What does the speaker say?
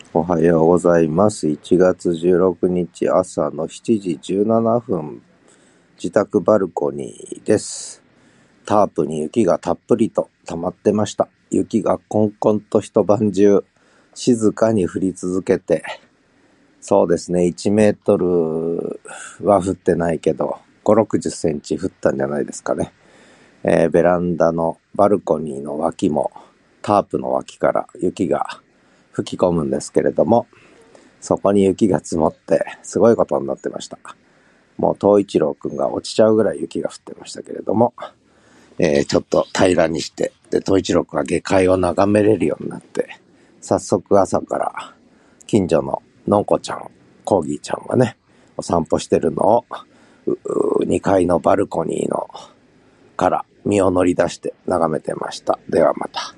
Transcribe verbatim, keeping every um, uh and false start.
おはようございます。いちがつじゅうろくにち朝のしちじじゅうななふん、自宅バルコニーです。タープに雪がたっぷりと溜まってました。雪がコンコンと一晩中静かに降り続けて、そうですね、いちメートルは降ってないけど、ごじゅう、ろくじゅっセンチ降ったんじゃないですかね。えー、ベランダのバルコニーの脇もタープの脇から雪が吹き込むんですけれども、そこに雪が積もってすごいことになってました。もう東一郎くんが落ちちゃうぐらい雪が降ってましたけれども、えー、ちょっと平らにして、で東一郎くんが下界を眺めれるようになって、早速朝から近所ののんこちゃん、コーギーちゃんがね、お散歩してるのをにかいのバルコニーのから身を乗り出して眺めてました。ではまた。